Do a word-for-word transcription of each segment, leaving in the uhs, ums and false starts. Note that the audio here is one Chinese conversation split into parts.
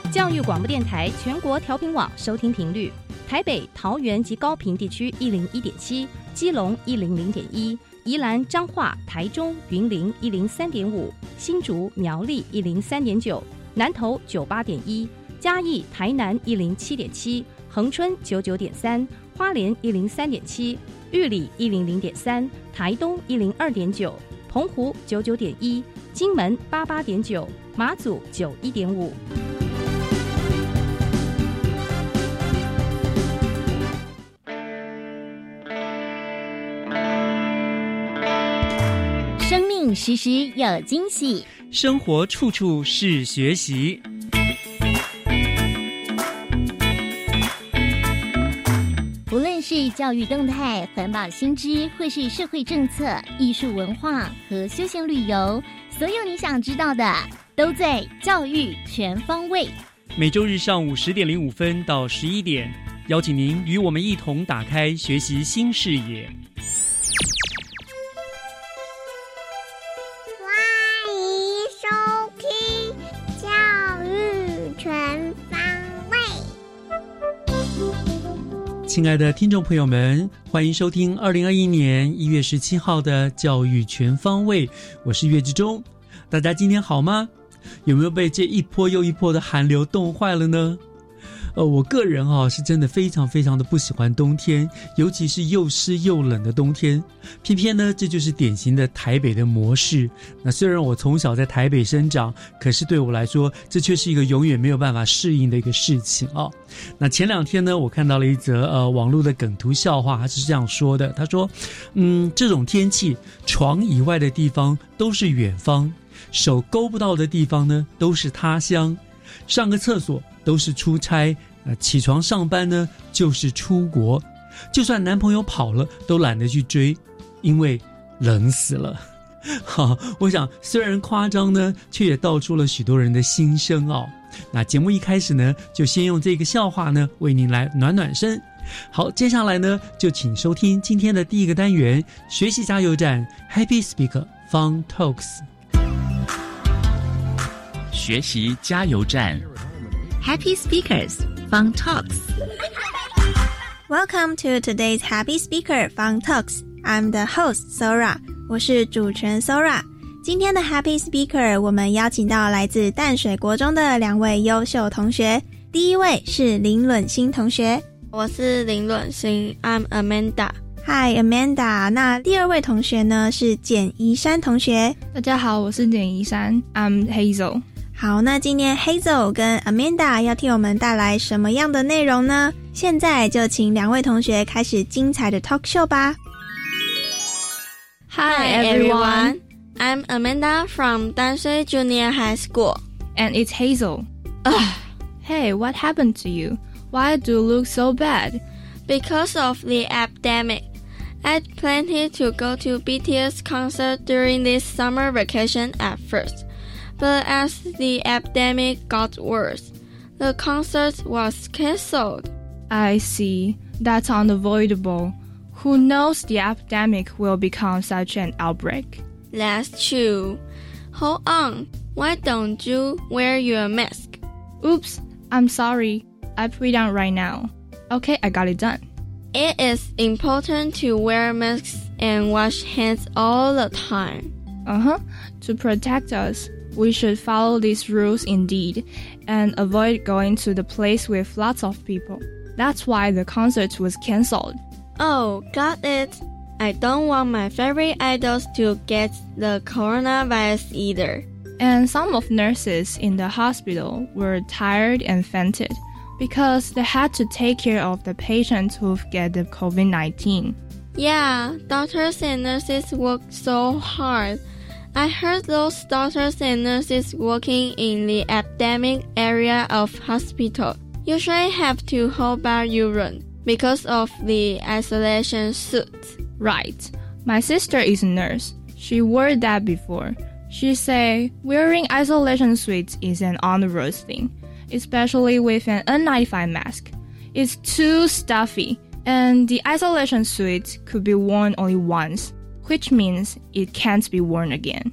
教育广播电台全国调频网收听频率：台北、桃园及高屏地区一零一点七，基隆一零零点一，宜兰、彰化、台中、云林一零三点五，新竹、苗栗一零三点九，南投九八点一，嘉义、台南一零七点七，恒春九九点三，花莲一零三点七，玉里一零零点三，台东一零二点九，澎湖九九点一，金门八八点九，马祖九一点五。 生命时时有惊喜， 生活处处是学习。 无论是教育动态、环保新知，或是社会政策、艺术文化和休闲旅游，所有你想知道的，都在教育全方位。 每周日上午十点零五分到十一点，邀请您与我们一同打开学习新视野。 欢迎收听教育全方位。 亲爱的听众朋友们，欢迎收听二零二一年一月十七号的教育全方位，我是岳志忠。大家今天好吗？有没有被这一波又一波的寒流冻坏了呢？呃，我个人啊是真的非常非常的不喜欢冬天，尤其是又湿又冷的冬天。偏偏呢，这就是典型的台北的模式。那虽然我从小在台北生长，可是对我来说，这却是一个永远没有办法适应的一个事情啊。那前两天呢，我看到了一则呃网络的梗图笑话，他是这样说的：他说，嗯，这种天气，床以外的地方都是远方，手勾不到的地方呢都是他乡，上个厕所都是出差，呃，起床上班呢就是出国，就算男朋友跑了都懒得去追，因为冷死了。好，我想虽然夸张呢，却也道出了许多人的心声哦。那节目一开始呢，就先用这个笑话呢为您来暖暖身。好，接下来呢，就请收听今天的第一个单元——学习加油站 Happy Speaker Fun Talks。 学习加油站 Happy Speakers Fun Talks. Welcome to today's Happy Speaker Fun Talks. I'm the host Sora. 我是主持人 Sora。今天的 Happy Speaker 我们邀请到来自淡水国中的两位优秀同学。第一位是林伦欣同学。 我是林伦欣 I'm Amanda。Hi Amanda。 那第二位同学呢是简怡珊同学。 大家好，我是简怡珊 I'm Hazel。 好，那今天 Hazel 跟 Amanda 要替我们带来什么样的内容呢？现在就请两位同学开始精彩的 talk show 吧。 Hi everyone, I'm Amanda from Danshui Junior High School. And it's Hazel. Ugh. Hey, what happened to you? Why do you look so bad? Because of the epidemic. I'd planned to go to B T S concert during this summer vacation at first.But as the epidemic got worse, the concert was cancelled. I see. That's unavoidable. Who knows the epidemic will become such an outbreak? That's true. Hold on. Why don't you wear your mask? Oops, I'm sorry. I put it on right now. Okay, I got it done. It is important to wear masks and wash hands all the time. Uh-huh. To protect us.We should follow these rules indeed, and avoid going to the place with lots of people. That's why the concert was cancelled. Oh, got it. I don't want my favorite idols to get the coronavirus either. And some of nurses in the hospital were tired and fainted because they had to take care of the patients who've get the COVID nineteen. Yeah, doctors and nurses work so hard.I heard those doctors and nurses working in the epidemic area of hospital usually have to hold back urine because of the isolation suits. Right. My sister is a nurse. She wore that before. She say wearing isolation suits is an onerous thing, especially with an N ninety-five mask. It's too stuffy, and the isolation suit could be worn only once.Which means it can't be worn again.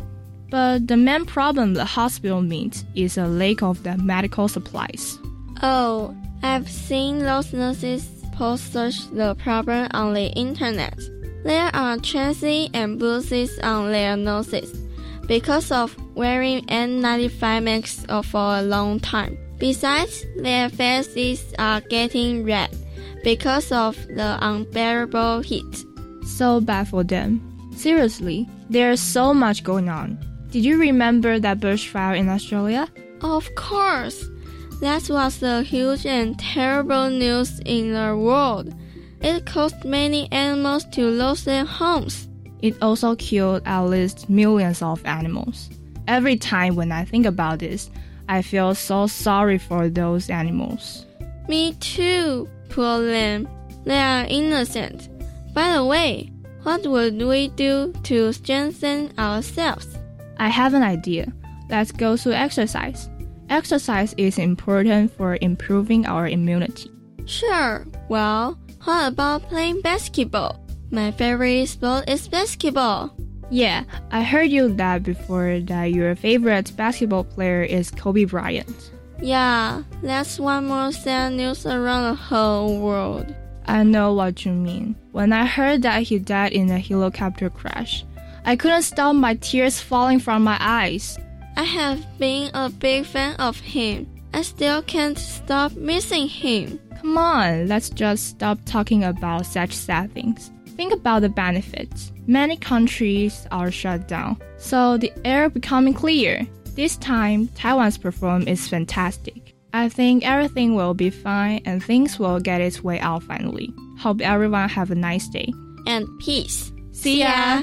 But the main problem the hospital meets is a lack of the medical supplies. Oh, I've seen those nurses post such the problem on the internet. There are traces and bruises on their noses because of wearing N ninety-five masks for a long time. Besides, their faces are getting red because of the unbearable heat. So bad for them. Seriously, there's so much going on. Did you remember that bushfire in Australia? Of course. That was the huge and terrible news in the world. It caused many animals to lose their homes. It also killed at least millions of animals. Every time when I think about this, I feel so sorry for those animals. Me too, poor them. They are innocent. By the way, what would we do to strengthen ourselves? I have an idea. Let's go to exercise. Exercise is important for improving our immunity. Sure. Well, how about playing basketball? My favorite sport is basketball. Yeah, I heard you that before that your favorite basketball player is Kobe Bryant. Yeah, that's one more sad news around the whole world. I know what you mean. When I heard that he died in a helicopter crash, I couldn't stop my tears falling from my eyes. I have been a big fan of him. I still can't stop missing him. Come on, let's just stop talking about such sad things. Think about the benefits. Many countries are shut down, so the air becoming clear. This time, Taiwan's performance is fantastic. I think everything will be fine and things will get its way out finally. Hope everyone have a nice day. And peace. See ya!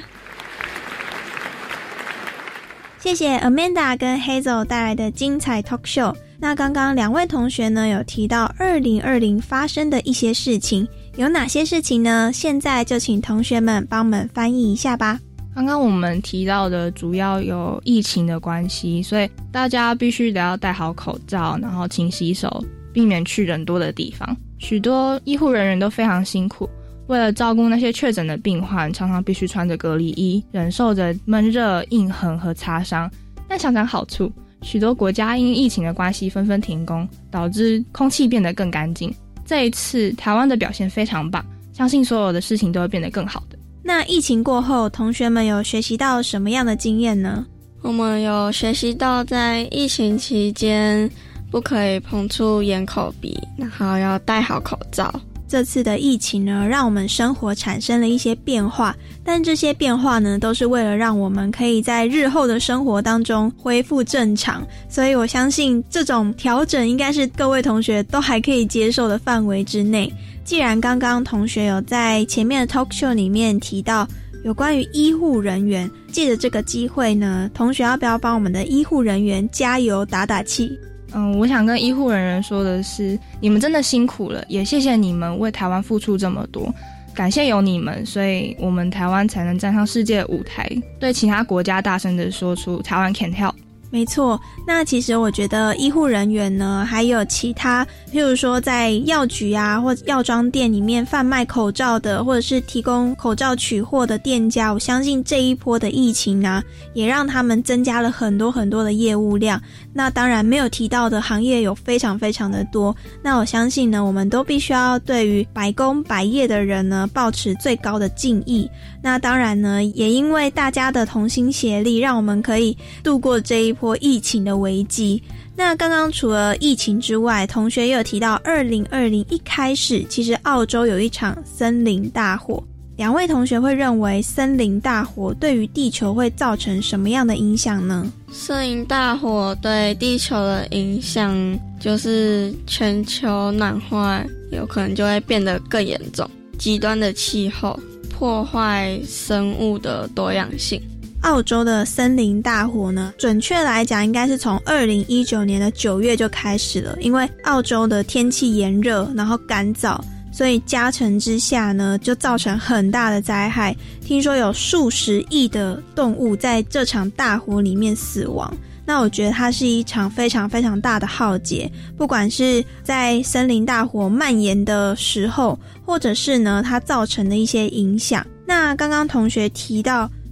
谢谢 Amanda 跟 Hazel 带来的精彩 talk show。那刚刚两位同学呢有提到二零二零发生的一些事情，有哪些事情呢？现在就请同学们帮我们翻译一下吧。 刚刚我们提到的主要有疫情的关系，所以大家必须得要戴好口罩，然后勤洗手，避免去人多的地方。许多医护人员都非常辛苦，为了照顾那些确诊的病患，常常必须穿着隔离衣，忍受着闷热、印痕和擦伤。但想想好处，许多国家因疫情的关系纷纷停工，导致空气变得更干净。这一次台湾的表现非常棒，相信所有的事情都会变得更好的。 那疫情过后，同学们有学习到什么样的经验呢？ 我们有学习到在疫情期间不可以碰触眼口鼻，然后要戴好口罩。 这次的疫情呢，让我们生活产生了一些变化，但这些变化呢，都是为了让我们可以在日后的生活当中恢复正常，所以我相信这种调整应该是各位同学都还可以接受的范围之内。既然刚刚同学有在前面的 talk show 里面提到有关于医护人员，借着这个机会呢，同学要不要帮我们的医护人员加油打打气？ 嗯，我想跟医护人员说的是，你们真的辛苦了，也谢谢你们为台湾付出这么多，感谢有你们，所以我们台湾才能站上世界舞台，对其他国家大声地说出台湾 can help。 没错，那其实我觉得医护人员呢，还有其他譬如说在药局啊或药妆店里面贩卖口罩的，或者是提供口罩取货的店家，我相信这一波的疫情啊，也让他们增加了很多很多的业务量。那当然没有提到的行业有非常非常的多，那我相信呢，我们都必须要对于百工百业的人呢抱持最高的敬意。那当然呢，也因为大家的同心协力，让我们可以度过这一波疫情的危机。那刚刚除了疫情之外，同学也有提到二零二零一开始其实澳洲有一场森林大火，两位同学会认为森林大火对于地球会造成什么样的影响呢？ 森林大火对地球的影响就是全球暖化有可能就会变得更严重，极端的气候破坏生物的多样性。 澳洲的森林大火呢，准确来讲应该是从二零一九年的九月就开始了，因为澳洲的天气炎热然后干燥，所以加成之下呢，就造成很大的灾害。听说有数十亿的动物在这场大火里面死亡。那我觉得它是一场非常非常大的浩劫，不管是在森林大火蔓延的时候，或者是呢它造成的一些影响。那刚刚同学提到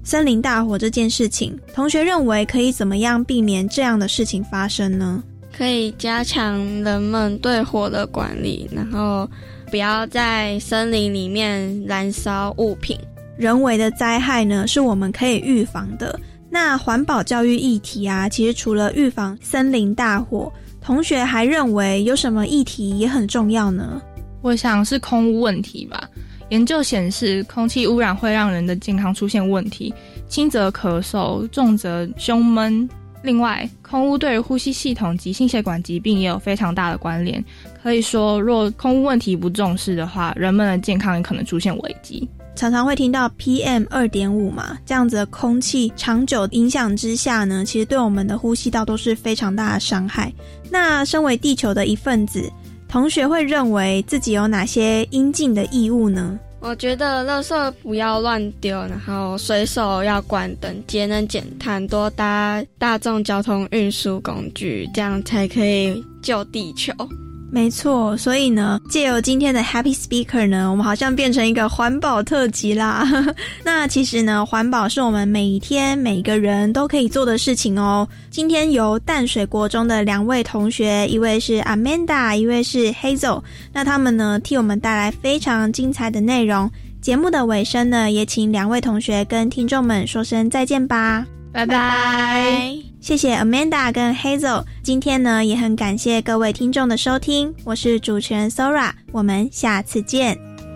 森林大火这件事情，同学认为可以怎么样避免这样的事情发生呢？ 可以加强人们对火的管理，然后不要在森林里面燃烧物品。 人为的灾害呢，是我们可以预防的。那环保教育议题啊，其实除了预防森林大火，同学还认为有什么议题也很重要呢？ 我想是空污问题吧。研究显示，空气污染会让人的健康出现问题，轻则咳嗽，重则胸闷。另外，空污对于呼吸系统及心血管疾病也有非常大的关联。可以说，若空污问题不重视的话，人们的健康也可能出现危机。 常常会听到 P M 二点五 嘛，这样子的空气长久影响之下呢，其实对我们的呼吸道都是非常大的伤害。那身为地球的一份子，同学会认为自己有哪些应尽的义务呢？ 我觉得垃圾不要乱丢，然后随手要关灯，节能减碳，多搭大众交通运输工具，这样才可以救地球。 没错，所以呢，借由今天的 Happy Speaker 呢，我们好像变成一个环保特辑啦。那其实呢，环保是我们每一天每一个人都可以做的事情哦。今天由淡水国中的两位同学，一位是 Amanda， 一位是 Hazel， 那他们呢替我们带来非常精彩的内容。节目的尾声呢，也请两位同学跟听众们说声再见吧。 拜拜。 谢谢 Amanda 跟 Hazel， 今天呢也很感谢各位听众的收听，我是主持人 Sora， 我们下次见。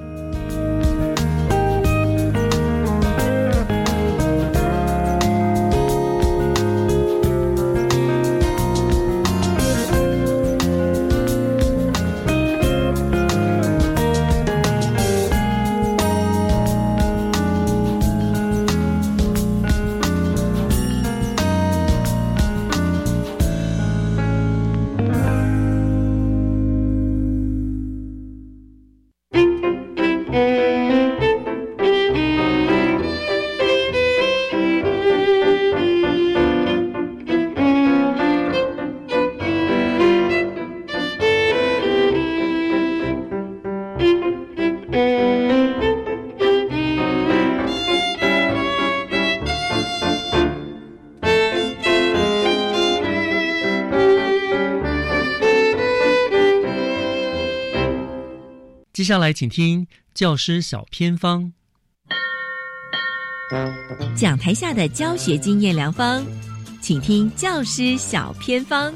接下来请听教师小偏方， 讲台下的教学经验良方，请听教师小偏方。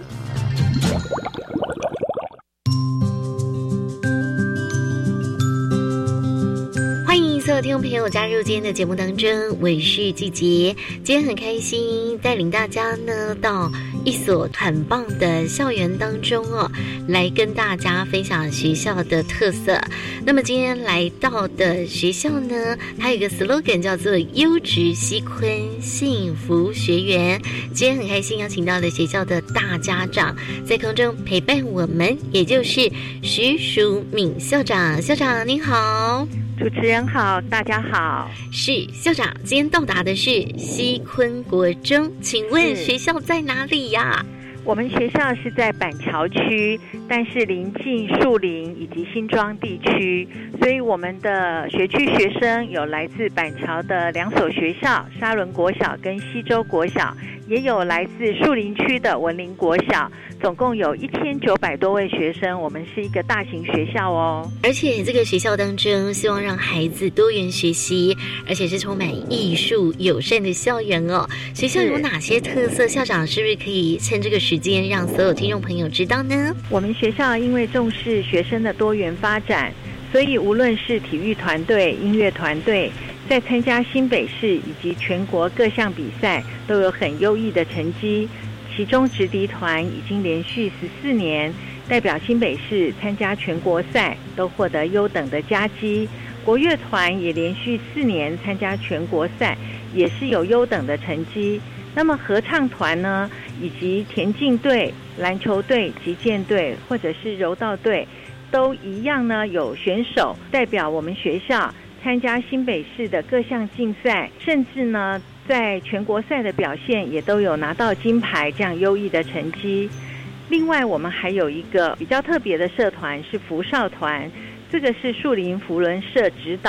欢迎所有听众朋友加入今天的节目当中，我是季杰。今天很开心带领大家呢到一所很棒的校园当中哦，来跟大家分享学校的特色。那么今天来到的学校呢，它有一个 slogan 叫做优质西昆幸福学园。今天很开心邀请到的学校的大家长在空中陪伴我们，也就是徐淑敏校长。校长您好。 主持人好，大家好。 是校长，今天到达的是西昆国中，请问学校在哪里呀？ 我们学校是在板桥区，但是临近树林以及新庄地区，所以我们的学区学生有来自板桥的两所学校，沙仑国小跟西洲国小，也有来自树林区的文林国小，总共有一千九百多位学生，我们是一个大型学校哦。 而且这个学校当中，希望让孩子多元学习，而且是充满艺术友善的校园哦。学校有哪些特色？校长是不是可以趁这个时间让所有听众朋友知道呢？ 我们学校因为重视学生的多元发展，所以无论是体育团队、音乐团队，在参加新北市以及全国各项比赛都有很优异的成绩。其中直笛团已经连续十四年代表新北市参加全国赛，都获得优等的佳绩。国乐团也连续四年参加全国赛，也是有优等的成绩。那么合唱团呢，以及田径队、篮球队、击剑队或者是柔道队，都一样呢，有选手代表我们学校参加新北市的各项竞赛，甚至呢在全国赛的表现也都有拿到金牌，这样优异的成绩。另外我们还有一个比较特别的社团是福少团，这个是树林福伦社指导，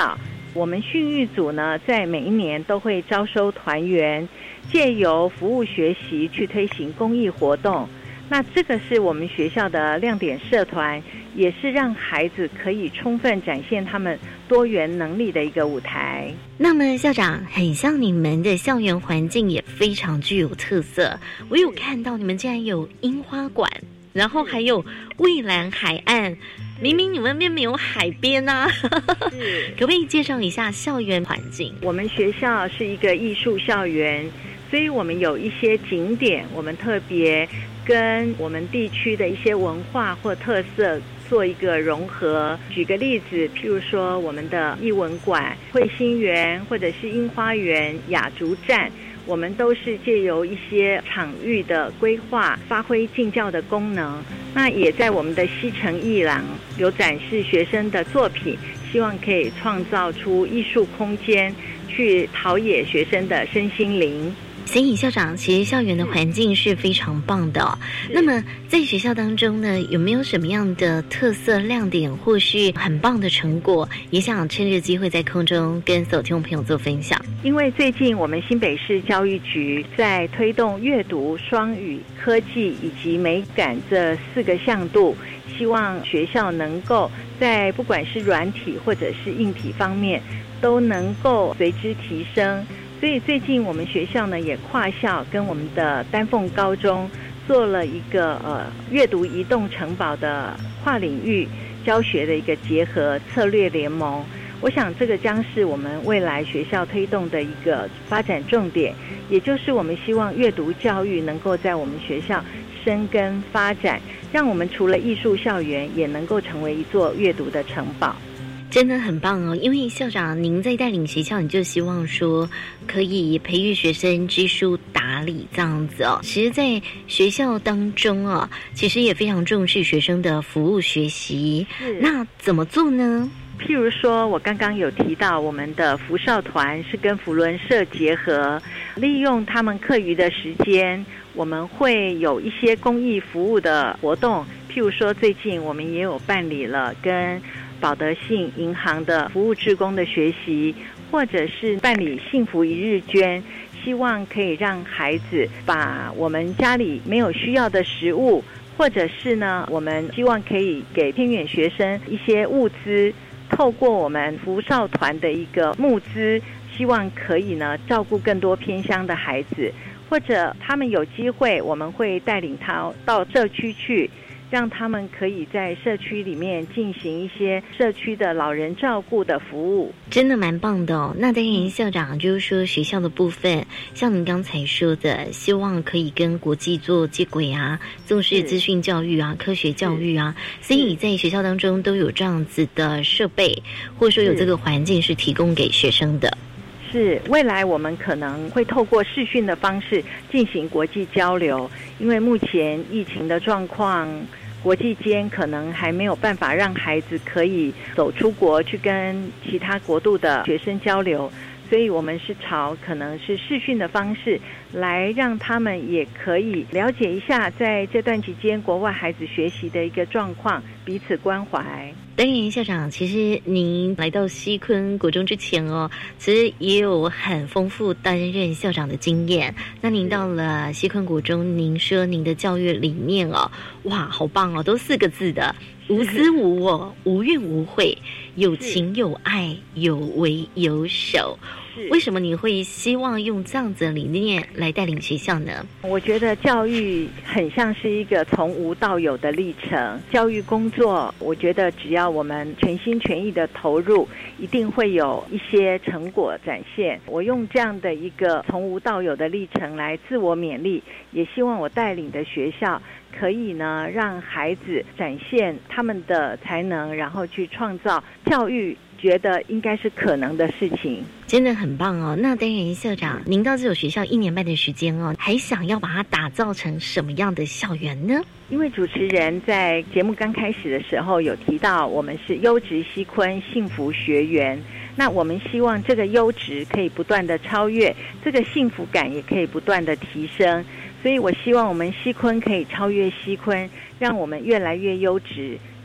我们训育组呢，在每一年都会招收团员，借由服务学习去推行公益活动。那这个是我们学校的亮点社团，也是让孩子可以充分展现他们多元能力的一个舞台。 那么校长，很像你们的校园环境也非常具有特色，我有看到你们竟然有樱花馆，然后还有蔚蓝海岸，明明你们那边没有海边啊，可不可以介绍一下校园环境？ 我们学校是一个艺术校园，所以我们有一些景点，我们特别跟我们地区的一些文化或特色做一个融合。举个例子，譬如说我们的艺文馆、慧心园，或者是樱花园、雅竹站，我们都是借由一些场域的规划，发挥敬教的功能。那也在我们的西城艺廊有展示学生的作品，希望可以创造出艺术空间，去陶冶学生的身心灵。 所以校长，其实校园的环境是非常棒的哦。那么在学校当中呢，有没有什么样的特色亮点或是很棒的成果，也想趁这个机会在空中跟所有听众朋友做分享？ 因为最近我们新北市教育局在推动阅读、双语、科技以及美感这四个向度，希望学校能够在不管是软体或者是硬体方面都能够随之提升。所以最近我们学校呢也跨校跟我们的丹凤高中做了一个呃阅读移动城堡的跨领域教学的一个结合策略联盟。我想这个将是我们未来学校推动的一个发展重点，也就是我们希望阅读教育能够在我们学校生根发展，让我们除了艺术校园也能够成为一座阅读的城堡。 真的很棒哦，因为校长您在带领学校，你就希望说可以培育学生知书达理这样子哦。其实在学校当中哦，其实也非常重视学生的服务学习，那怎么做呢？ 譬如说我刚刚有提到我们的福少团是跟福伦社结合，利用他们课余的时间，我们会有一些公益服务的活动。譬如说最近我们也有办理了跟保德信银行的服务志工的学习，或者是办理幸福一日捐，希望可以让孩子把我们家里没有需要的食物，或者是呢我们希望可以给偏远学生一些物资，透过我们福少团的一个募资，希望可以呢照顾更多偏乡的孩子，或者他们有机会我们会带领他到社区去，让他们可以在社区里面进行一些社区的老人照顾的服务。 真的蛮棒的哦。那当然校长就是说学校的部分，像您刚才说的，希望可以跟国际做接轨啊，重视资讯教育啊，科学教育啊，所以在学校当中都有这样子的设备，或者说有这个环境是提供给学生的。 是，未来我们可能会透过视讯的方式进行国际交流，因为目前疫情的状况，国际间可能还没有办法让孩子可以走出国去跟其他国度的学生交流，所以我们是朝可能是视讯的方式来让他们也可以了解一下在这段期间国外孩子学习的一个状况，彼此关怀。 当然校长，其实您来到西昆国中之前哦，其实也有很丰富担任校长的经验。那您到了西昆国中，您说您的教育理念哦，哇好棒哦，都四个字的，无私无我，无怨无悔，有情有爱，有为有守。为什么你会希望用这样子的理念来带领学校呢？ 我觉得教育很像是一个从无到有的历程，教育工作我觉得只要我们全心全意的投入，一定会有一些成果展现。我用这样的一个从无到有的历程来自我勉励，也希望我带领的学校可以呢让孩子展现他们的才能，然后去创造教育觉得应该是可能的事情。 真的很棒哦。那当然校长，您到这所学校一年半的时间哦，还想要把它打造成什么样的校园呢？ 因为主持人在节目刚开始的时候有提到我们是优质西昆幸福学园，那我们希望这个优质可以不断的超越，这个幸福感也可以不断的提升，所以我希望我们西昆可以超越西昆，让我们越来越优质，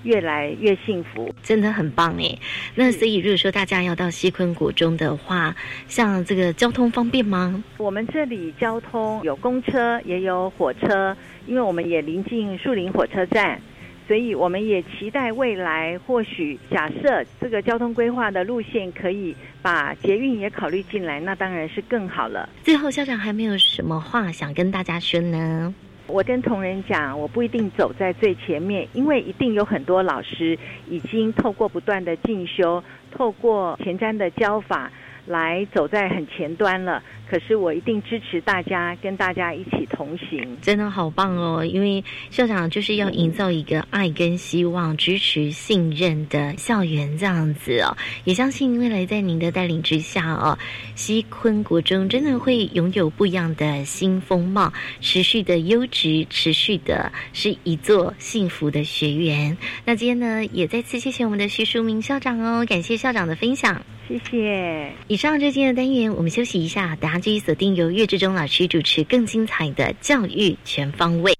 越来越幸福。 真的很棒耶。那所以如果说大家要到西昆国中的话，像这个交通方便吗？ 我们这里交通有公车也有火车，因为我们也临近树林火车站，所以我们也期待未来或许假设这个交通规划的路线可以把捷运也考虑进来，那当然是更好了。 最后校长还没有什么话想跟大家说呢？ 我跟同仁讲，我不一定走在最前面，因为一定有很多老师已经透过不断的进修，透过前瞻的教法来走在很前端了。可是我一定支持大家，跟大家一起同行。 真的好棒哦，因为校长就是要营造一个爱跟希望、支持信任的校园这样子哦。也相信未来在您的带领之下哦，西昆国中真的会拥有不一样的新风貌，持续的优质，持续的是一座幸福的学园。那今天呢，也再次谢谢我们的徐淑明校长哦，感谢校长的分享。 谢谢。 以上这今天的单元，我们休息一下，大家继续锁定由岳志忠老师主持更精彩的教育全方位。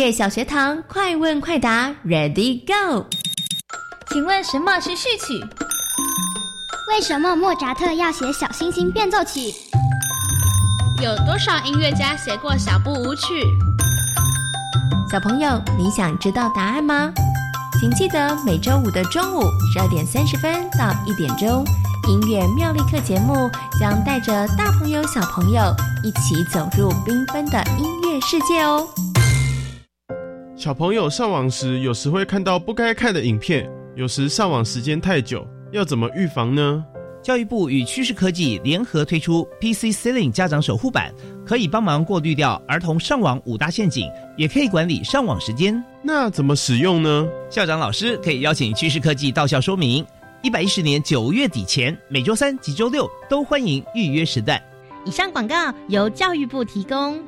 界小学堂快问快答 Ready Go。 请问什么是序曲？ 为什么莫扎特要写小星星变奏曲？ 有多少音乐家写过小步舞曲？ 小朋友，你想知道答案吗？请记得每周五的中午十二点三十分到一点钟，音乐妙力课节目将带着大朋友小朋友一起走入缤纷的音乐世界哦。 小朋友上网时有时会看到不该看的影片，有时上网时间太久，要怎么预防呢？ 教育部与趋势科技联合推出 P C Ceiling 家长守护版，可以帮忙过滤掉儿童上网五大陷阱，也可以管理上网时间。 那怎么使用呢？ 校长老师可以邀请趋势科技到校说明。一百一十年九月底前，每周三及周六都欢迎预约时段。 以上广告由教育部提供。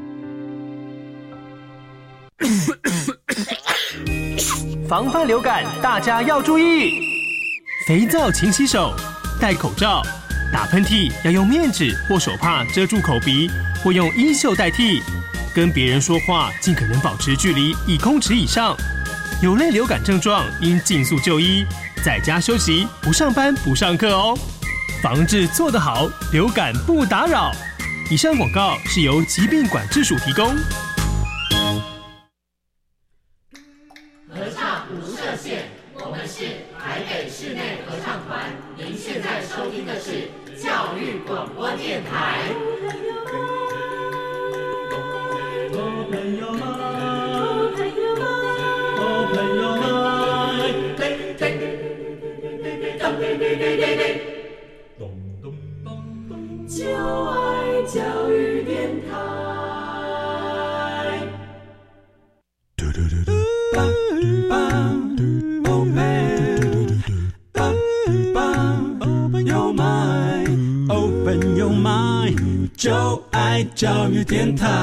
防范流感，大家要注意：肥皂勤洗手，戴口罩，打喷嚏要用面纸或手帕遮住口鼻，或用衣袖代替。跟别人说话尽可能保持距离一公尺以上。有类流感症状应尽速就医，在家休息，不上班不上课哦。防治做得好，流感不打扰。以上广告是由疾病管制署提供。 合唱无设限，我们是台北室内合唱团。您现在收听的是教育广播电台。哦朋友们，哦朋友们，哦朋友们，嘿嘿，咚咚咚咚咚咚咚，就爱教育电台。嘟嘟嘟嘟。Open your mind, open your mind， 就爱教育电台。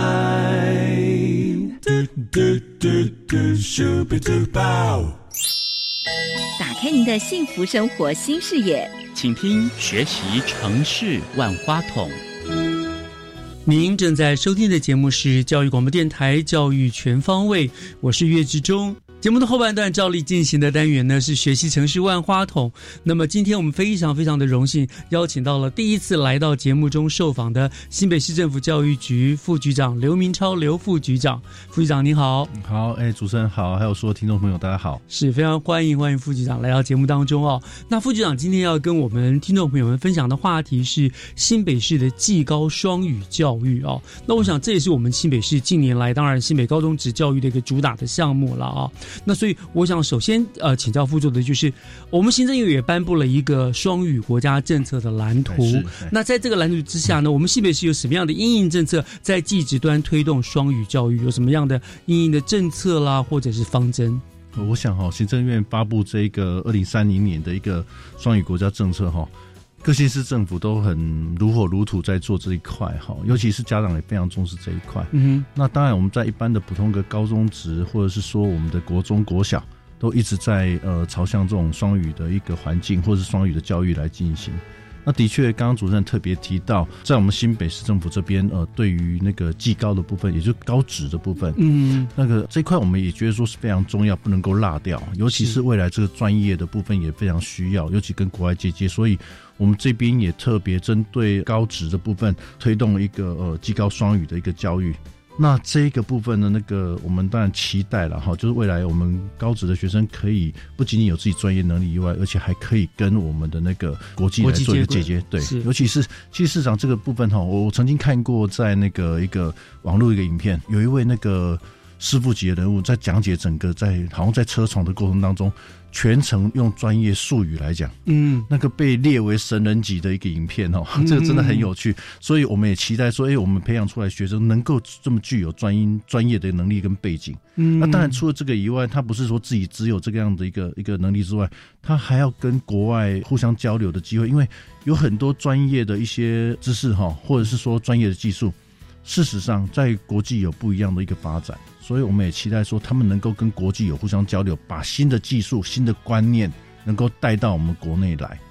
打开您的幸福生活新视野， 请听学习城市万花筒。 您正在收听的节目是教育广播电台教育全方位，我是岳志忠。节目的后半段照例进行的单元呢是学习城市万花筒。那么今天我们非常非常的荣幸邀请到了第一次来到节目中受访的新北市政府教育局副局长刘明超刘副局长。副局长您好。 好，哎，主持人好，还有所有听众朋友大家好。 是非常欢迎欢迎副局长来到节目当中哦。那副局长今天要跟我们听众朋友们分享的话题是新北市的技高双语教育哦。那我想这也是我们新北市近年来当然新北高中职教育的一个主打的项目了啊、哦。那所以我想首先呃请教副座的就是我们行政院也颁布了一个双语国家政策的蓝图。那在这个蓝图之下呢，我们新北市有什么样的因应政策在技职端推动双语教育，有什么样的因应的政策啦或者是方针？ 我想哈、哦，行政院发布这个二零三零年的一个双语国家政策哈、哦，各县市政府都很如火如荼在做这一块哈，尤其是家长也非常重视这一块。嗯，那当然我们在一般的普通的高中职，或者是说我们的国中国小，都一直在呃朝向这种双语的一个环境，或是双语的教育来进行。那的确，刚刚主任特别提到，在我们新北市政府这边，呃，对于那个技高的部分，也就是高职的部分，嗯，那个这一块我们也觉得说是非常重要，不能够落掉。尤其是未来这个专业的部分也非常需要，尤其跟国外接接，所以我们这边也特别针对高职的部分，推动一个呃技高双语的一个教育。那这个部分呢，那个我们当然期待了哈，就是未来我们高职的学生可以不仅仅有自己专业能力以外，而且还可以跟我们的那个国际来做一个接接。对，尤其是其实市长这个部分哈，我曾经看过在那个一个网络一个影片，有一位那个师傅级的人物在讲解整个在好像在车床的过程当中，全程用专业术语来讲，嗯，那个被列为神人级的一个影片哦，这个真的很有趣，所以我们也期待说，哎，我们培养出来学生能够这么具有专业专业的能力跟背景。嗯，那当然除了这个以外，他不是说自己只有这个样的一个一个能力之外，他还要跟国外互相交流的机会，因为有很多专业的一些知识哈，或者是说专业的技术，事实上在国际有不一样的一个发展。所以我们也期待说他们能够跟国际有互相交流，把新的技术新的观念能够带到我们国内来。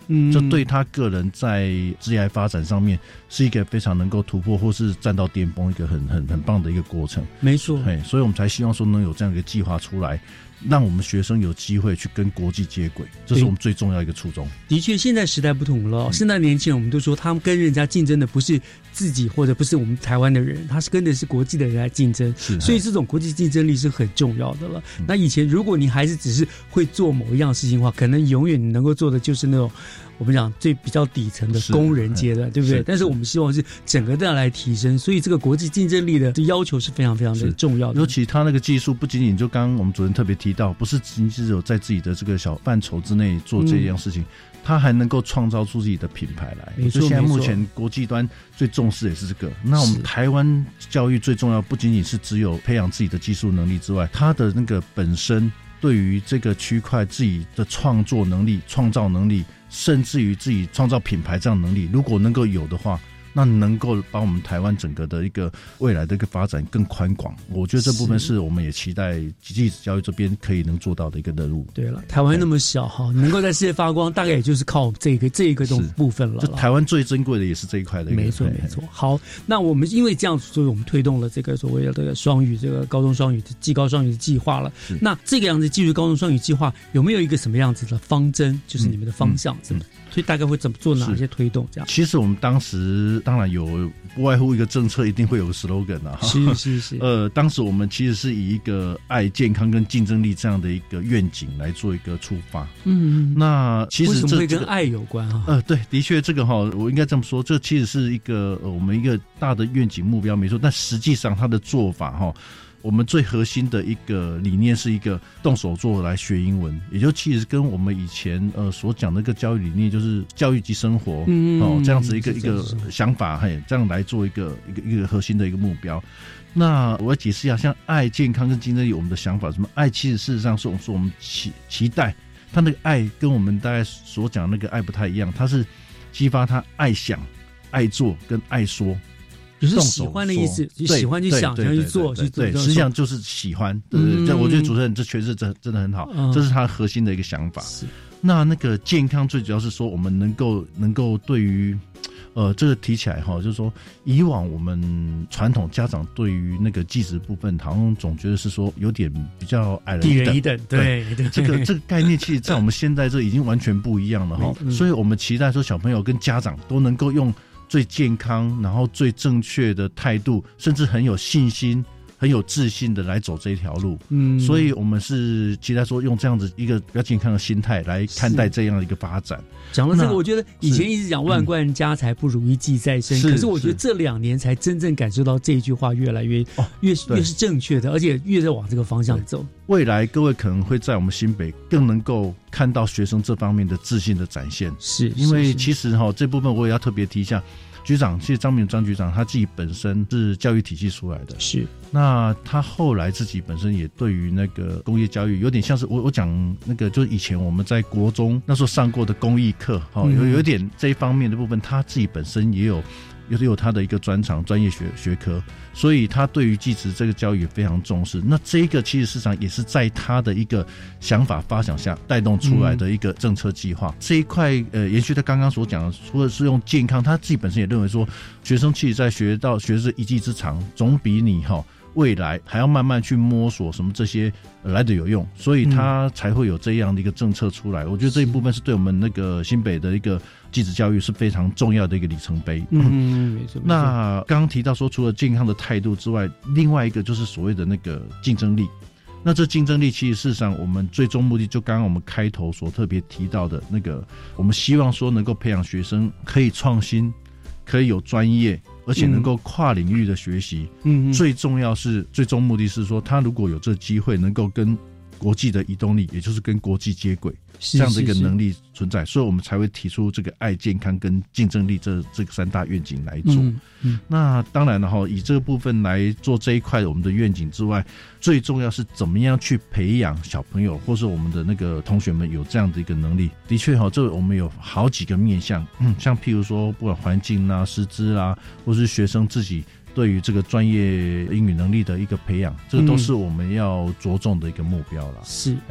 嗯，这对他个人在职业发展上面是一个非常能够突破或是站到巅峰一个很很很棒的一个过程。 没错， 所以我们才希望说能有这样一个计划出来，让我们学生有机会去跟国际接轨，这是我们最重要一个初衷。的确，现在时代不同了，现在年轻人我们都说他们跟人家竞争的不是自己或者不是我们台湾的人，他是跟的是国际的人来竞争，所以这种国际竞争力是很重要的了。嗯、那以前如果你还是只是会做某一样事情的话，可能永远你能够做的就是那种我们讲最比较底层的工人阶段，对不对？但是我们希望是整个的来提升，所以这个国际竞争力的要求是非常非常的重要的。 尤其他那个技术不仅仅就刚刚我们主任特别提到，不是仅仅只有在自己的这个小范畴之内做这样事情，嗯、他还能够创造出自己的品牌来。 没错， 现在目前国际端最重视也是这个。那我们台湾教育最重要，不仅仅是只有培养自己的技术能力之外，他的那个本身对于这个区块自己的创作能力、创造能力，甚至于自己创造品牌这样能力，如果能够有的话，那能够把我们台湾整个的一个未来的一个发展更宽广。我觉得这部分是我们也期待技职教育这边可以能做到的一个任务。 对了，台湾那么小哈，能够在世界发光，大概也就是靠这个这一个部分了。 就台湾最珍贵的也是这一块的一个。 没错没错。好，那我们因为这样，所以我们推动了这个所谓的这个双语，这个高中双语技高双语的计划了。那这个样子技术高中双语计划有没有一个什么样子的方针？就是你们的方向怎么？嗯嗯所以大概会怎么做哪些推动？这样， 其实我们当时当然有不外乎一个政策，一定会有个 slogan 啊。 是是是。 呃，当时我们其实是以一个爱、健康跟竞争力这样的一个愿景来做一个出发。 嗯， 那其实这、 为什么会跟爱有关啊？ 呃，对，的确这个哈，我应该这么说，这其实是一个呃我们一个大的愿景目标没错，但实际上它的做法哈。我们最核心的一个理念是一个动手做来学英文，也就其实跟我们以前呃所讲的一个教育理念，就是教育及生活，嗯、哦这样子一个一个想法，嘿，这样来做一个一个一个核心的一个目标。那我要解释一下，像爱、健康跟竞争力，我们的想法什么？爱其实事实上是我们说我们期期待，他那个爱跟我们大概所讲的那个爱不太一样，它是激发他爱想、爱做跟爱说。 就是喜欢的意思，喜欢去想，想去做，去做。 对，实际上就是喜欢，对对对。我觉得主持人这诠释真真的很好，这是他核心的一个想法。那那个健康最主要是说，我们能够能够对于，呃，这个提起来哈，就是说，以往我们传统家长对于那个技职部分，好像总觉得是说有点比较矮人一等，低人一等。对对， 这个这个概念，其实在我们现在这已经完全不一样了哈。所以我们期待说，小朋友跟家长都能够用最健康，然后最正确的态度，甚至很有信心、很有自信的来走这一条路。嗯，所以我们是期待说，用这样子一个比较健康的心态来看待这样的一个发展。 讲到这个，我觉得以前一直讲万贯家财不如一技在身，可是我觉得这两年才真正感受到这一句话越来越、哦、越越是正确的，而且越在往这个方向走。 未来各位可能会在我们新北更能够看到学生这方面的自信的展现。 是， 因为其实哈、哦、这部分我也要特别提一下。局长，其实张明张局长他自己本身是教育体系出来的， 是。 那他后来自己本身也对于那个工业教育有点像是我我讲那个，就是以前我们在国中那时候上过的工艺课，哈、哦，有有一点这一方面的部分，他自己本身也有。也有他的一个专长、专业学学科，所以他对于技职这个教育也非常重视。那这个其实市场也是在他的一个想法发想下带动出来的一个政策计划。嗯、这一块呃，延续他刚刚所讲的，除了是用健康，他自己本身也认为说，学生其实在学到学这一技之长，总比你哈。未来还要慢慢去摸索什么这些来的有用，所以他才会有这样的一个政策出来。我觉得这一部分是对我们那个新北的一个技职教育是非常重要的一个里程碑。 嗯，没错。 那刚刚提到说，除了健康的态度之外，另外一个就是所谓的那个竞争力。那这竞争力其实事实上我们最终目的就刚刚我们开头所特别提到的那个，我们希望说能够培养学生可以创新，可以有专业，而且能够跨领域的学习。嗯，最重要是最终目的是说，他如果有这机会能够跟国际的移动力，也就是跟国际接轨，这样的一个能力存在，所以我们才会提出这个爱、健康跟竞争力这这个三大愿景来做。嗯嗯、那当然了哈，以这个部分来做这一块我们的愿景之外，最重要是怎么样去培养小朋友或是我们的那个同学们有这样的一个能力。的确哈，这我们有好几个面向，嗯，像譬如说不管环境啦、师资啦，或是学生自己对于这个专业英语能力的一个培养，这个都是我们要着重的一个目标啦。 是，哎。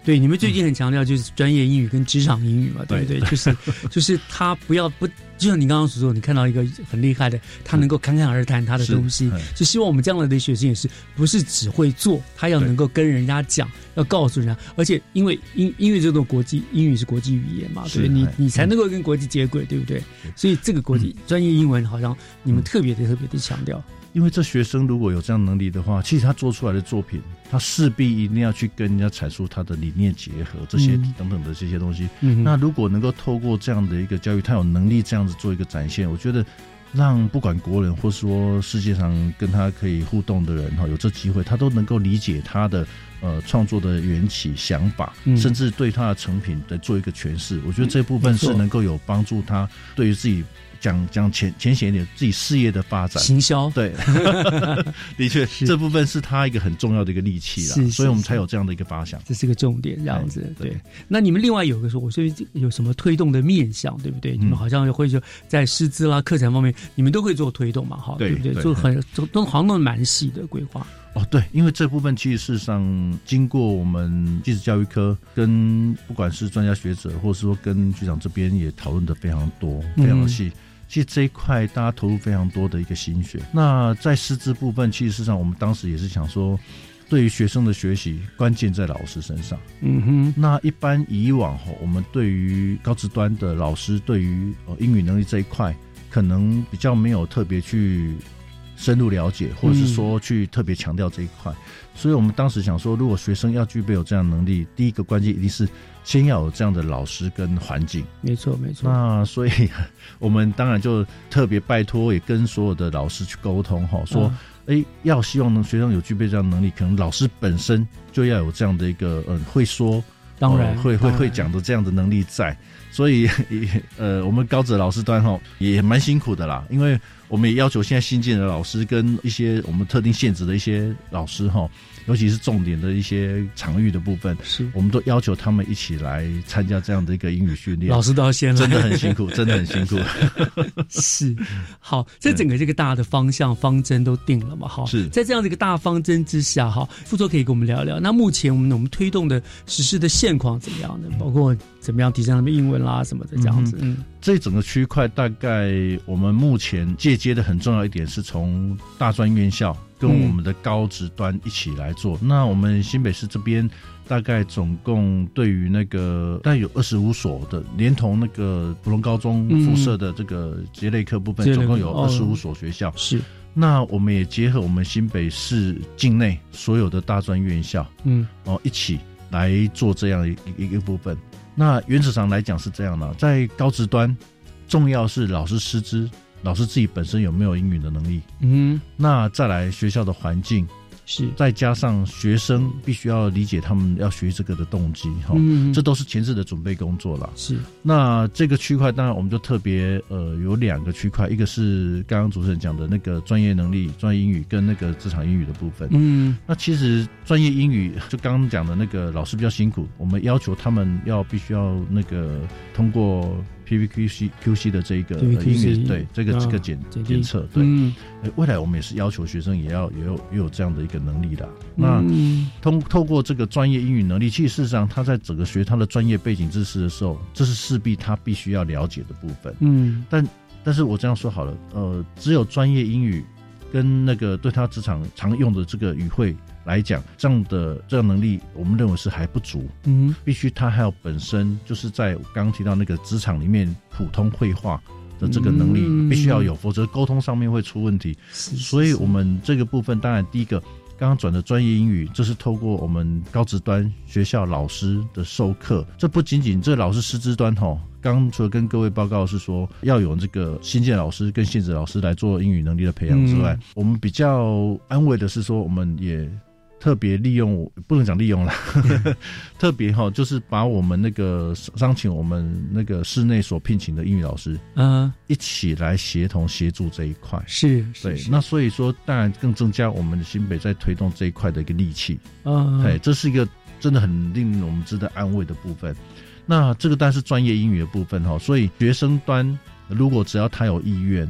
对，你们最近很强调就是专业英语跟职场英语嘛，对不对？ 对就是就是他不要不，就像你刚刚所说，你看到一个很厉害的，他能够侃侃而谈他的东西，就希望我们将来的学生也是不是只会做，他要能够跟人家讲，要告诉人家，而且因为英因为这种国际英语是国际语言嘛，对你你才能够跟国际接轨，对不对？所以这个国际专业英文好像你们特别的特别的强调。 因为这学生如果有这样能力的话，其实他做出来的作品，他势必一定要去跟人家阐述他的理念结合这些等等的这些东西。嗯、那如果能够透过这样的一个教育，他有能力这样子做一个展现，我觉得让不管国人或是说世界上跟他可以互动的人哈，有这机会，他都能够理解他的呃创作的缘起想法，嗯、甚至对他的成品的做一个诠释。我觉得这部分是能够有帮助他对于自己。讲讲浅浅显一点，自己事业的发展、 行销， 对，的确，这部分是他一个很重要的一个利器啦，所以我们才有这样的一个发想， 这是个重点，这样子。对，对那你们另外有个说，我说有什么推动的面向，对不对？嗯、你们好像会就在师资啦、课程方面，你们都会做推动嘛，哈，对不对？做很都好像都蛮细的规划。 哦，对，因为这部分其实事实上经过我们技职教育科跟不管是专家学者，或是说跟局长这边也讨论的非常多，非常的细。嗯其实这一块大家投入非常多的一个心血。那在师资部分，其实事实上我们当时也是想说，对于学生的学习，关键在老师身上。嗯哼。那一般以往我们对于高职端的老师，对于英语能力这一块，可能比较没有特别去深入了解，或者是说去特别强调这一块。嗯、所以我们当时想说，如果学生要具备有这样的能力，第一个关键一定是先要有这样的老师跟环境。 没错没错。 那所以我们当然就特别拜托，也跟所有的老师去沟通哈，说哎、嗯，要希望能学生有具备这样的能力，可能老师本身就要有这样的一个嗯会说， 当然、 呃、会会会讲的这样的能力在。所以呃，我们高职老师端哈也蛮辛苦的啦，因为我们也要求现在新进的老师跟一些我们特定限制的一些老师哈，尤其是重点的一些场域的部分， 是我们都要求他们一起来参加这样的一个英语训练。 老师都要先来， 真的很辛苦，真的很辛苦。 是，好，这整个这个大的方向方针都定了嘛？哈， 是在这样的一个大方针之下，哈，副座可以跟我们聊聊。那目前我们我们推动的实施的现况怎么样呢？包括怎么样提升他们英文啦什么的这样子。嗯， 嗯这整个区块大概我们目前借接的很重要一点是从大专院校跟我们的高职端一起来做。嗯、那我们新北市这边大概总共对于那个大概有二十五所的，连同那个普通高中附设的这个职业类科部分，嗯、总共有二十五所学校。 哦、是。 那我们也结合我们新北市境内所有的大专院校，嗯，哦，一起来做这样一一个部分。那原则上来讲是这样的，在高职端，重要是老师师资，老师自己本身有没有英语的能力，嗯，那再来学校的环境， 是再加上学生必须要理解他们要学这个的动机，哈、嗯，这都是前置的准备工作啦。 是， 那这个区块当然我们就特别呃有两个区块，一个是刚刚主持人讲的那个专业能力、专业英语跟那个职场英语的部分。嗯，那其实专业英语就刚刚讲的那个老师比较辛苦，我们要求他们要必须要那个通过 P V Q C Q C 的这个英语，对这个、哦、这个检检测，对、嗯，未来我们也是要求学生也要也有也有这样的一个能力的。那、嗯、通透过这个专业英语能力，其实事实上他在整个学他的专业背景知识的时候，这是势必他必须要了解的部分。嗯，但但是我这样说好了，呃，只有专业英语跟那个对他职场常用的这个语汇来讲，这样的这样能力，我们认为是还不足。嗯，必须他还有本身就是在我刚刚提到那个职场里面普通绘画的这个能力、嗯、必须要有，否则沟通上面会出问题。是是是，所以我们这个部分，当然第一个刚刚转的专业英语，这是透过我们高职端学校老师的授课，这不仅仅这老师师资端哈。刚除了跟各位报告是说要有这个新进老师跟现职老师来做英语能力的培养之外、嗯、我们比较安慰的是说，我们也特别利用，不能讲利用啦特别哈，就是把我们那个商请我们那个室内所聘请的英语老师，嗯，一起来协同协助这一块。 是， 对， 是那所以说当然更增加我们新北在推动这一块的一个力气。嗯，对，这是一个真的很令我们值得安慰的部分。那这个当然是专业英语的部分哈，所以学生端如果只要他有意愿，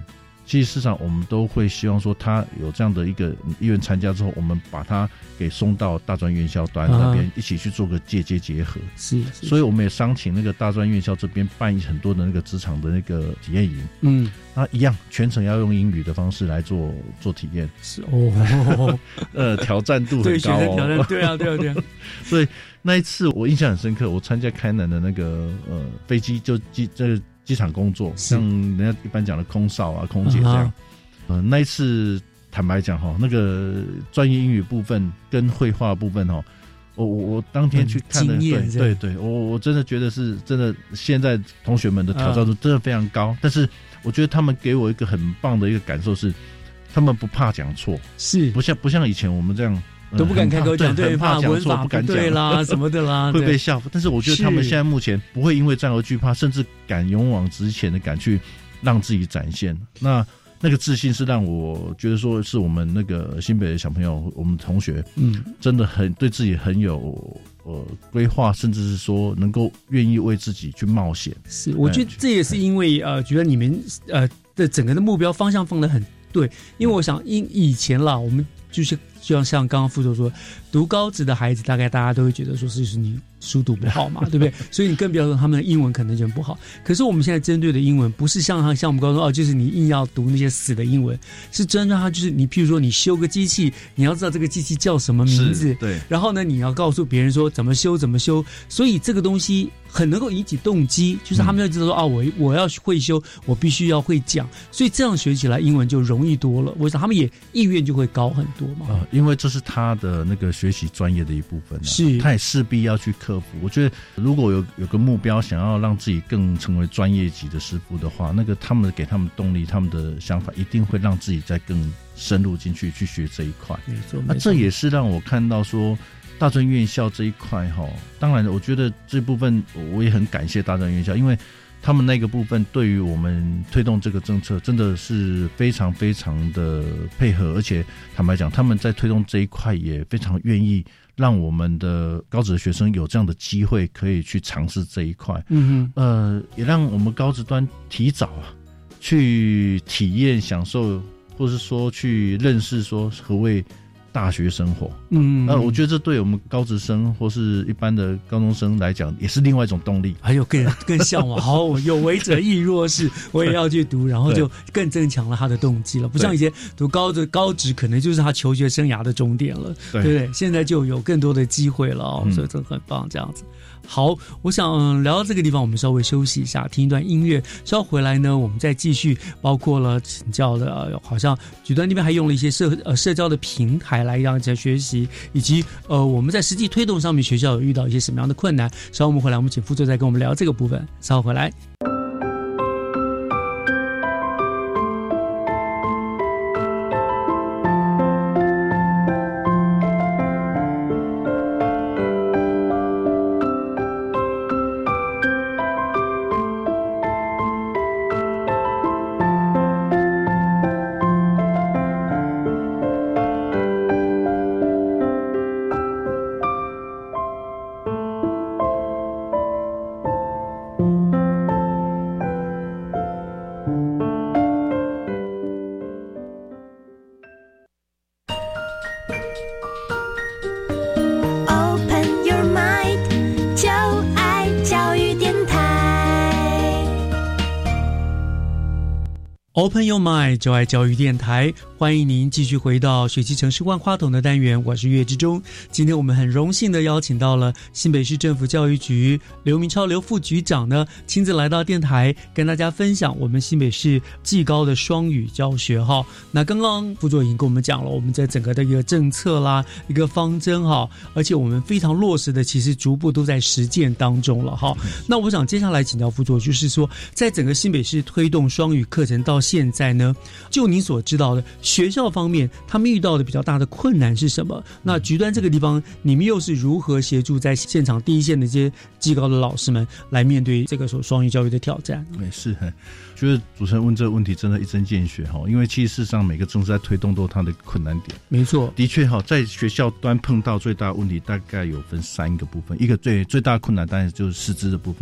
其实事实上我们都会希望说他有这样的一个意愿参加之后，我们把他给送到大专院校端那边一起去做个借接结合。 是， 所以我们也商请那个大专院校这边办很多的那个职场的那个体验营。 嗯， 那一样全程要用英语的方式来做做体验。 是哦， 呃，挑战度很高哦。 对，挑战，对啊，对啊，对啊。 所以那一次我印象很深刻，我参加开南的那个呃飞机就机这个机场工作，像人家一般讲的空少啊、空姐这样。嗯、呃，那一次坦白讲哈，那个专业英语部分跟绘画部分哈。我我我当天去看的，对对对，我我真的觉得是真的，现在同学们的挑战度真的非常高，啊、但是我觉得他们给我一个很棒的一个感受是，他们不怕讲错， 是不像不像以前我们这样、 呃、都不敢开口讲，对， 怕讲错，不敢讲对啦什么的啦， 会被笑。但是我觉得他们现在目前不会因为这样而惧怕，甚至敢勇往直前的敢去让自己展现。那那个自信是让我觉得说是我们那个新北的小朋友，我们同学，嗯，真的很对自己很有呃规划，甚至是说能够愿意为自己去冒险。 是，我觉得这也是因为呃，觉得你们呃的整个的目标方向放得很对，因为我想因以前啦，我们就是就像像刚刚副座说，读高职的孩子，大概大家都会觉得说是是你书读不好嘛，对不对？所以你更不要说他们的英文可能就不好。可是我们现在针对的英文，不是像像我们刚刚说哦，就是你硬要读那些死的英文，是真的它就是你，譬如说你修个机器，你要知道这个机器叫什么名字， 对， 然后呢，你要告诉别人说怎么修怎么修，所以这个东西很能够引起动机，就是他们要知道说、嗯、啊，我我要会修，我必须要会讲，所以这样学起来英文就容易多了。我想他们也意愿就会高很多嘛。 呃，因为这是他的那个学习专业的一部分、啊， 是， 他也势必要去克服。我觉得如果有有个目标，想要让自己更成为专业级的师傅的话，那个他们给他们动力，他们的想法一定会让自己再更深入进去去学这一块。 没错， 那这也是让我看到说。大专院校这一块哈，当然我觉得这部分我也很感谢大专院校，因为他们那个部分对于我们推动这个政策真的是非常非常的配合，而且坦白讲，他们在推动这一块也非常愿意让我们的高职的学生有这样的机会可以去尝试这一块。 嗯哼， 呃，也让我们高职端提早啊去体验、享受，或是说去认识说何谓大学生活。 嗯， 那、呃、我觉得这对我们高职生或是一般的高中生来讲，也是另外一种动力， 还有更更向往。好，有为者亦若是，我也要去读，然后就更增强了他的动机了。不像以前读高的高职，可能就是他求学生涯的终点了，对不对？现在就有更多的机会了哦，所以这很棒，这样子。好，我想聊到这个地方，我们稍微休息一下，听一段音乐。稍回来呢，我们再继续，包括了请教的，呃、好像举端那边还用了一些社呃社交的平台来让大家学习，以及呃我们在实际推动上面，学校有遇到一些什么样的困难。稍后我们回来，我们请副座再跟我们聊这个部分。稍后回来。Open Your Mind， 就爱教育电台，欢迎您继续回到学习城市万花筒的单元，我是岳志忠。今天我们很荣幸的邀请到了新北市政府教育局刘明超刘副局长呢，亲自来到电台，跟大家分享我们新北市技高的双语教学哈。那刚刚副座已经跟我们讲了，我们在整个的一个政策啦，一个方针哈，而且我们非常落实的，其实逐步都在实践当中了哈。那我想接下来请教副座，就是说，在整个新北市推动双语课程到现在呢，就您所知道的学校方面，他们遇到的比较大的困难是什么？那局端这个地方，你们又是如何协助在现场第一线的这些技高的老师们来面对这个所双语教育的挑战？ 没事，觉得主持人问这个问题真的一针见血哈，因为其实事实上每个政策在推动都有它的困难点。 没错， 的确哈，在学校端碰到最大的问题大概有分三个部分，一个最最大的困难当然就是师资的部分。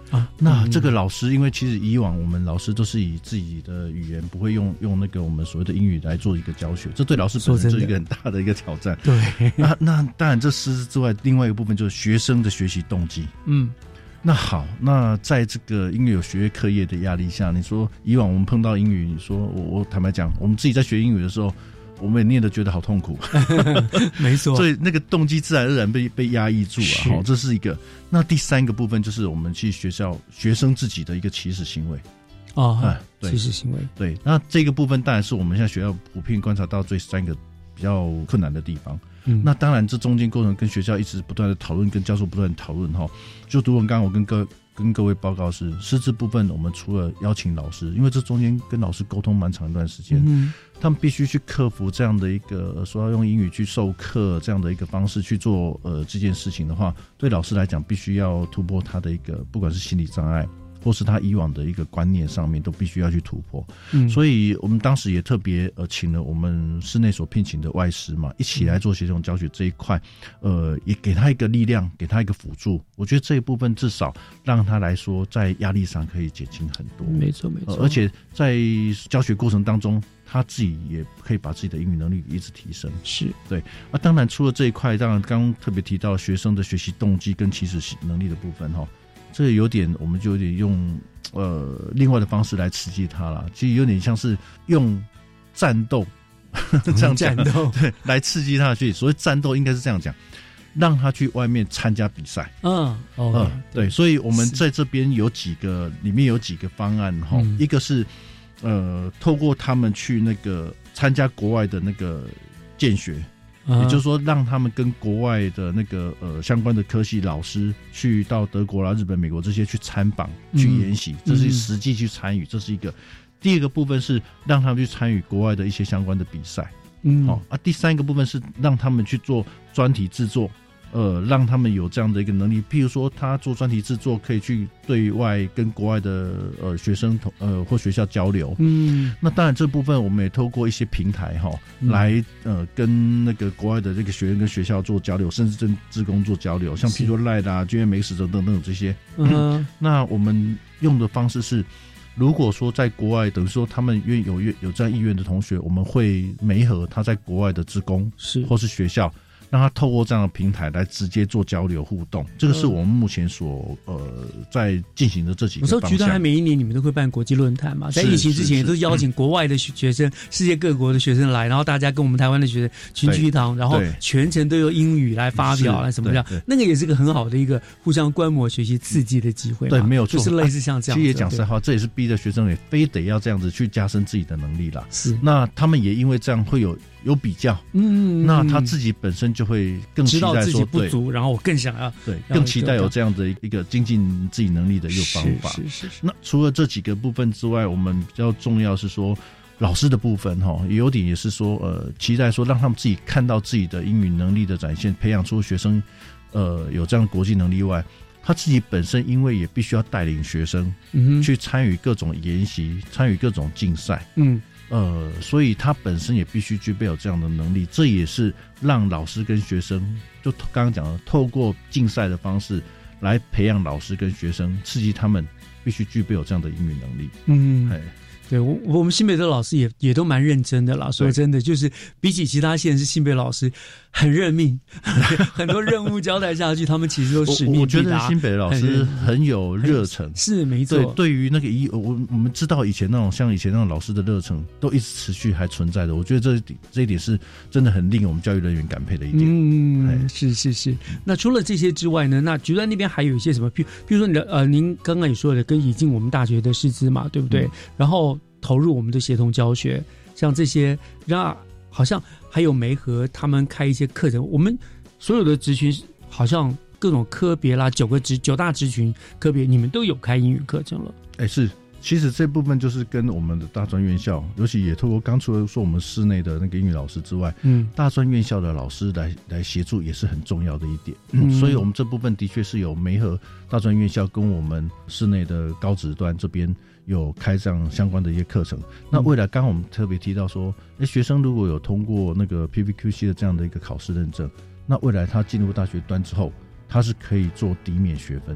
啊。那这个老师，因为其实以往我们老师都是以自己的语言，不会用用那个我们所谓的英语来做一个教学，这对老师本身是一个很大的一个挑战。 对， 那那当然这师之外，另外一个部分就是学生的学习动机。 嗯。 那好，那在这个因为有学业课业的压力下，你说以往我们碰到英语，你说我我坦白讲，我们自己在学英语的时候，我们也念得觉得好痛苦， 没错， 所以那个动机自然而然被被压抑住啊。好，这是一个。那第三个部分就是我们去学校学生自己的一个起始行为哦， 啊，对， 起始行为， 对。那这个部分当然是我们现在学校普遍观察到这三个比较困难的地方。嗯，那当然，这中间过程跟学校一直不断的讨论，跟教授不断的讨论哈。就读文刚刚我跟各跟各位报告是师资部分，我们除了邀请老师，因为这中间跟老师沟通蛮长一段时间，嗯，他们必须去克服这样的一个说要用英语去授课这样的一个方式去做呃这件事情的话，对老师来讲，必须要突破他的一个不管是心理障碍，或是他以往的一个观念上面都必须要去突破。嗯，所以我们当时也特别呃请了我们室内所聘请的外师嘛，一起来做协同教学这一块，呃，也给他一个力量，给他一个辅助。我觉得这一部分至少让他来说在压力上可以减轻很多。 没错没错、 呃，而且在教学过程当中，他自己也可以把自己的英语能力一直提升。 是对啊，当然除了这一块，当然刚刚特别提到学生的学习动机跟起始能力的部分哈。这个有点，我们就有点用呃另外的方式来刺激他了，其实有点像是用战斗这样讲，战斗对来刺激他去。所谓战斗应该是这样讲，让他去外面参加比赛。 嗯，哦、okay, 嗯，对，所以我们在这边有几个，里面有几个方案哈、嗯，一个是呃透过他们去那个参加国外的那个见学。也就是说，让他们跟国外的那个呃相关的科系老师去到德国啦、日本、美国这些去参访、去研习，这是实际去参与，这是一个。第二个部分是让他们去参与国外的一些相关的比赛，嗯，好、哦、啊。第三个部分是让他们去做专题制作。呃，让他们有这样的一个能力，譬如说他做专题制作，可以去对外跟国外的呃学生同呃或学校交流。嗯，那当然这部分我们也透过一些平台哈、嗯，来呃跟那个国外的这个学生跟学校做交流，甚至跟志工做交流，像譬如说赖啦、G M X 等等等等这些。嗯，那我们用的方式是，如果说在国外，等于说他们愿有有这样意愿的同学，我们会媒合他在国外的志工是或是学校。让他透过这样的平台来直接做交流互动，这个是我们目前所呃在进行的这几个方向。 我说，觉得还每一年你们都会办国际论坛嘛，在疫情之前也都邀请国外的学生、世界各国的学生来，然后大家跟我们台湾的学生群聚一堂，然后全程都用英语来发表来什么这样，那个也是个很好的一个互相观摩、学习、刺激的机会。 对，没有错， 就是类似像这样。 其实也讲实话，这也是逼着学生也非得要这样子去加深自己的能力啦。 是， 那他们也因为这样会有。有比较，嗯，那他自己本身就会更期待说， 知道自己不足，然后我更想要， 对，更期待有这样的一个精进自己能力的一个方法。 是是 是, 是。 那除了这几个部分之外，我们比较重要是说，老师的部分哈，也有点也是说，呃，期待说让他们自己看到自己的英语能力的展现，培养出学生，呃，有这样的国际能力外，他自己本身因为也必须要带领学生，嗯，去参与各种研习，参与各种竞赛，嗯。呃，所以他本身也必须具备有这样的能力，这也是让老师跟学生，就刚刚讲的，透过竞赛的方式来培养老师跟学生，刺激他们必须具备有这样的英语能力。嗯，哎。 对，我我们新北的老师也也都蛮认真的啦。说真的，就是比起其他县市，新北老师很认命，很多任务交代下去，他们其实都使命必达。 我觉得新北的老师很有热忱， 是没错。 对，对于那个一，我我们知道以前那种像以前那种老师的热忱，都一直持续还存在的。我觉得这这一点是真的很令我们教育人员感佩的一点。 嗯，是是是。那除了这些之外呢？那局端那边还有一些什么？譬譬如说你的呃，您刚刚也说的，跟引进我们大学的师资嘛，对不对？嗯、然后。投入我们的协同教学，像这些，让好像还有媒合他们开一些课程。我们所有的职群好像各种科别啦，九个职九大职群科别，你们都有开英语课程了。 哎，是，其实这部分就是跟我们的大专院校，尤其也透过刚除了说我们室内的那个英语老师之外，嗯，大专院校的老师来来协助也是很重要的一点。嗯，所以我们这部分的确是有媒合大专院校跟我们室内的高职端这边。有开这样相关的一些课程，那未来刚刚我们特别提到说，欸、学生如果有通过那个 P V Q C 的这样的一个考试认证，那未来他进入大学端之后，他是可以做抵免学分的。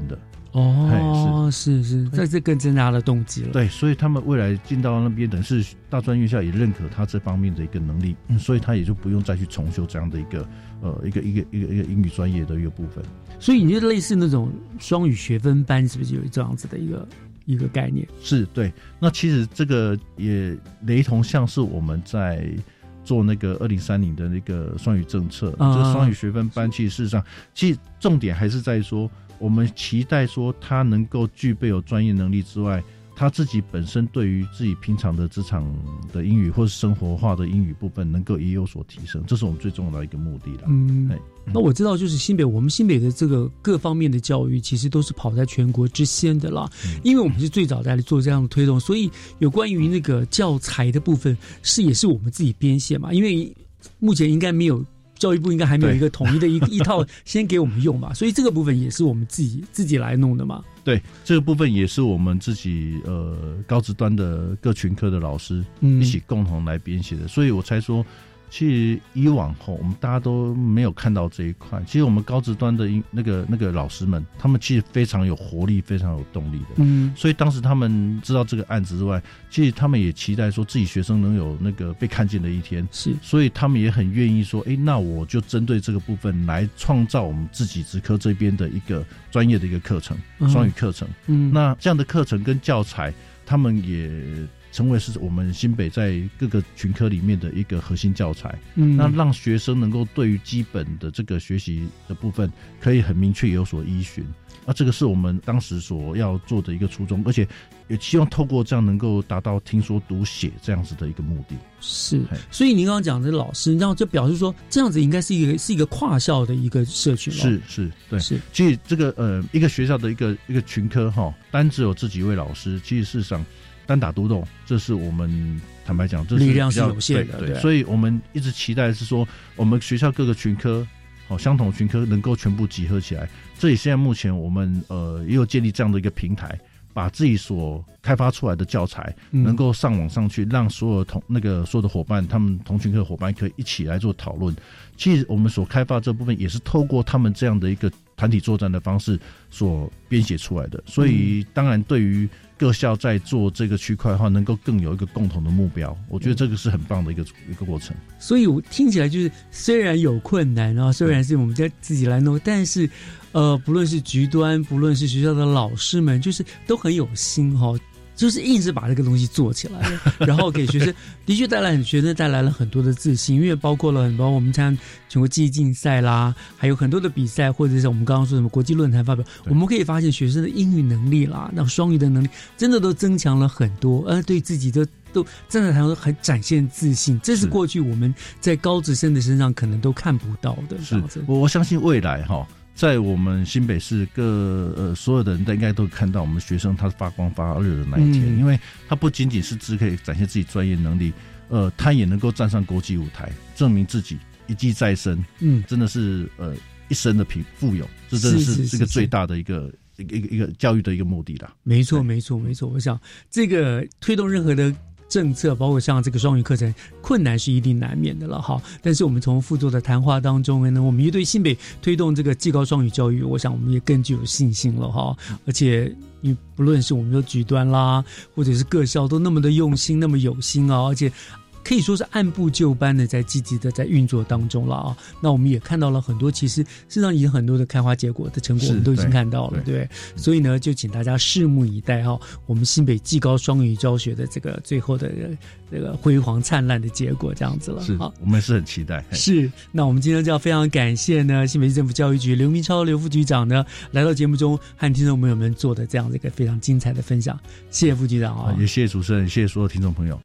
哦，是是，这这更增加了动机了。 对，所以他们未来进到那边，等于是大专院校也认可他这方面的一个能力，嗯、所以他也就不用再去重修这样的一个呃一个一个一个一个英语专业的一个部分。 所以你就类似那种双语学分班，是不是有这样子的一个一个概念？ 是，对。那其实这个也雷同，像是我们在做那个二零三零的那个双语政策，啊、这双语学分班，其实事实上，其实重点还是在说。我们期待说他能够具备有专业能力之外，他自己本身对于自己平常的职场的英语或是生活化的英语部分能够也有所提升，这是我们最重要的一个目的啦。 嗯，那我知道就是新北，我们新北的这个各方面的教育其实都是跑在全国之先的啦，嗯、因为我们是最早在做这样的推动，所以有关于那个教材的部分是也是我们自己编写嘛，因为目前应该没有。教育部应该还没有一个统一的一一套先给我们用嘛，所以这个部分也是我们自己自己来弄的嘛。 对，这个部分也是我们自己呃高职端的各群科的老师一起共同来编写的，嗯、所以我才说，其实以往后我们大家都没有看到这一块。其实我们高职端的那个那个老师们，他们其实非常有活力，非常有动力的。嗯，所以当时他们知道这个案子之外，其实他们也期待说自己学生能有那个被看见的一天。是，所以他们也很愿意说，哎，那我就针对这个部分来创造我们自己职科这边的一个专业的一个课程，双语课程。嗯，那这样的课程跟教材，他们也成为是我们新北在各个群科里面的一个核心教材，嗯，那让学生能够对于基本的这个学习的部分可以很明确有所依循，那这个是我们当时所要做的一个初衷，而且也希望透过这样能够达到听说读写这样子的一个目的。 是，所以您刚刚讲的老师，然后就表示说这样子应该是一个是一个跨校的一个社群。 是是，对，是。其实这个呃一个学校的一个一个群科哈，单只有这几位老师，其实事实上单打独斗，这是我们坦白讲，这是力量是有限的， 对, 对, 对，所以我们一直期待的是说，我们学校各个群科，好、哦、相同群科能够全部集合起来。这里现在目前我们呃也有建立这样的一个平台，把自己所开发出来的教材能够上网上去，让所有同那个所有的伙伴，他们同群科的伙伴可以一起来做讨论。其实我们所开发这部分也是透过他们这样的一个团体作战的方式所编写出来的，所以当然对于各校在做这个区块的话，能够更有一个共同的目标，我觉得这个是很棒的一个一个过程。 所以我听起来就是，虽然有困难啊，虽然是我们在自己来弄，但是，呃，不论是局端，不论是学校的老师们，就是都很有心哈、哦。就是硬是把这个东西做起来了，然后给学生的确带来学生带来了很多的自信，因为包括了很多我们参全国记忆竞赛啦，还有很多的比赛，或者是我们刚刚说什么国际论坛发表，我们可以发现学生的英语能力啦，那双语的能力真的都增强了很多，而对自己的都站在台上很展现自信，这是过去我们在高职生的身上可能都看不到的。 是，我我相信未来哈。在我们新北市各呃所有的人，应该都看到我们学生他发光发热的那一天，嗯、因为他不仅仅是只可以展现自己专业能力，呃，他也能够站上国际舞台，证明自己一技在身，嗯，真的是呃一生的贫富有，这真的是这个最大的一个一个一个一个教育的一个目的啦。 没错，没错，没错。我想这个推动任何的政策，包括像这个双语课程，困难是一定难免的了哈。但是我们从副座的谈话当中呢，我们也对新北推动这个技高双语教育，我想我们也更具有信心了哈。而且你不论是我们的局端啦，或者是各校都那么的用心，那么有心啊，而且可以说是按部就班的在积极的在运作当中了啊。那我们也看到了很多，其实事实上已经很多的开花结果的成果，我们都已经看到了， 对, 对, 对。所以呢，就请大家拭目以待哈，我们新北技高双语教学的这个最后的这个辉煌灿烂的结果，这样子了。 是，我们是很期待。 是，那我们今天就要非常感谢呢新北市政府教育局刘明超刘副局长呢来到节目中和听众朋友们做的这样的一个非常精彩的分享，谢谢副局长啊， 也谢谢主持人，谢谢所有听众朋友。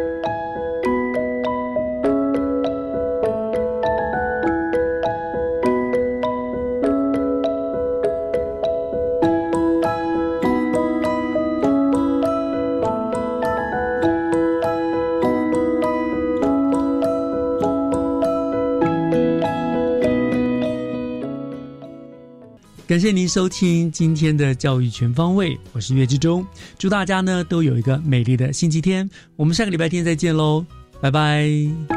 感谢您收听今天的教育全方位，我是岳志忠，祝大家呢都有一个美丽的星期天，我们下个礼拜天再见喽，拜拜。